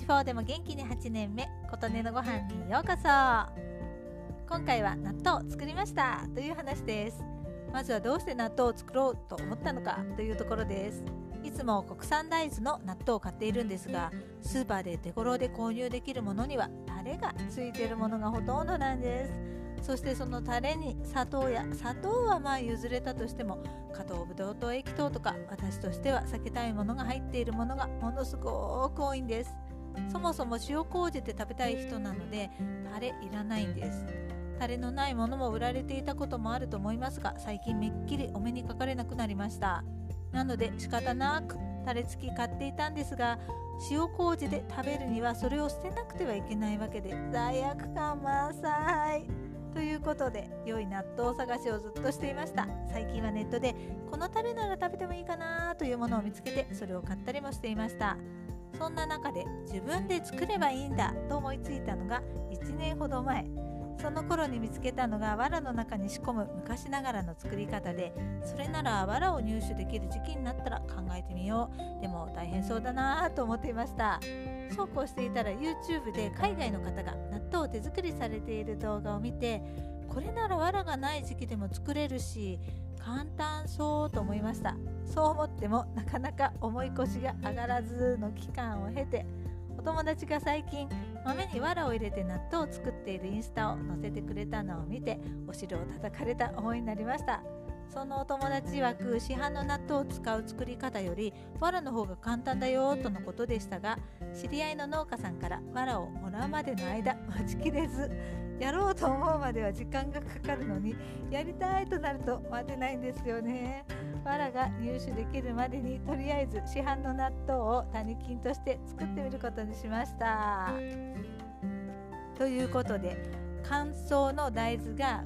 24でも元気に8年目、琴音のご飯にようこそ。今回は納豆を作りましたという話です。まずはどうして納豆を作ろうと思ったのかというところです。いつも国産大豆の納豆を買っているんですが、スーパーで手頃で購入できるものにはタレがついているものがほとんどなんです。そしてそのタレに砂糖は譲れたとしても、加糖ブドウ糖液糖とか私としては避けたいものが入っているものがものすごく多いんです。そもそも塩麹で食べたい人なのでタレいらないんです。タレのないものも売られていたこともあると思いますが、最近めっきりお目にかかれなくなりました。なので仕方なくタレ付き買っていたんですが、塩麹で食べるにはそれを捨てなくてはいけないわけで罪悪感満載ということで、良い納豆探しをずっとしていました。最近はネットでこのタレなら食べてもいいかなというものを見つけて、それを買ったりもしていました。そんな中で自分で作ればいいんだと思いついたのが1年ほど前。その頃に見つけたのが藁の中に仕込む昔ながらの作り方で、それなら藁を入手できる時期になったら考えてみよう。でも大変そうだなと思っていました。そうこうしていたら YouTube で海外の方が納豆を手作りされている動画を見て、これなら藁がない時期でも作れるし簡単そうと思いました。そう思ってもなかなか重い腰が上がらずの期間を経て、お友達が最近豆に藁を入れて納豆を作っているインスタを載せてくれたのを見て、お尻を叩かれた思いになりました。そのお友達曰く、市販の納豆を使う作り方より藁の方が簡単だよとのことでしたが、知り合いの農家さんから藁をもらうまでの間待ちきれず、やろうと思うまでは時間がかかるのに、やりたいとなると待てないんですよね。藁が入手できるまでにとりあえず市販の納豆を種菌として作ってみることにしました。ということで、乾燥の大豆が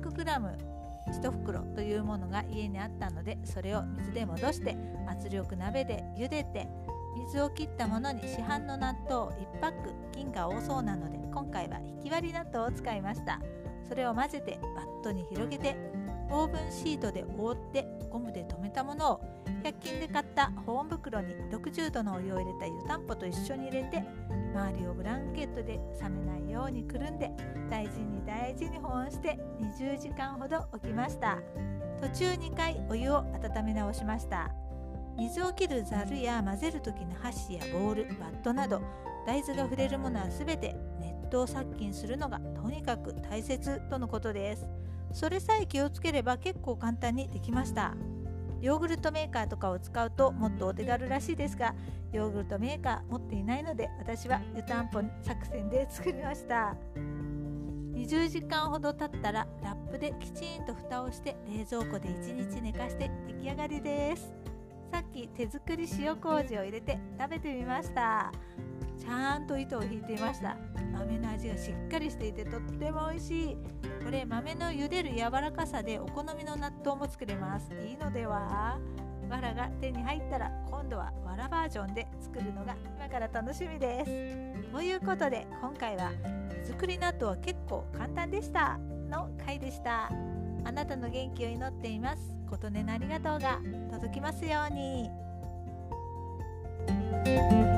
500g1 袋というものが家にあったので、それを水で戻して圧力鍋で茹でて、水を切ったものに市販の納豆1パック、菌が多そうなので今回はひき割り納豆を使いました。それを混ぜてバットに広げて、オーブンシートで覆ってゴムで留めたものを100均で買った保温袋に60度のお湯を入れた湯たんぽと一緒に入れて、周りをブランケットで冷めないようにくるんで大事に保温して20時間ほど置きました。途中2回お湯を温め直しました。水を切るざるや混ぜる時の箸やボウル、バットなど大豆が触れるものはすべて熱湯殺菌するのがとにかく大切とのことです。それさえ気をつければ結構簡単にできました。ヨーグルトメーカーとかを使うともっとお手軽らしいですが、ヨーグルトメーカー持っていないので、私は湯たんぽ作戦で作りました。20時間ほど経ったらラップできちんと蓋をして冷蔵庫で1日寝かして出来上がりです。さっき手作り塩麹を入れて食べてみました。ちゃんと糸を引いていました。豆の味がしっかりしていてとっても美味しい。これ豆の茹でる柔らかさでお好みの納豆も作れます。いいのでは？藁が手に入ったら今度は藁バージョンで作るのが今から楽しみです。ということで今回は手作り納豆は結構簡単でしたの回でした。あなたの元気を祈っています。琴音のありがとうが届きますように。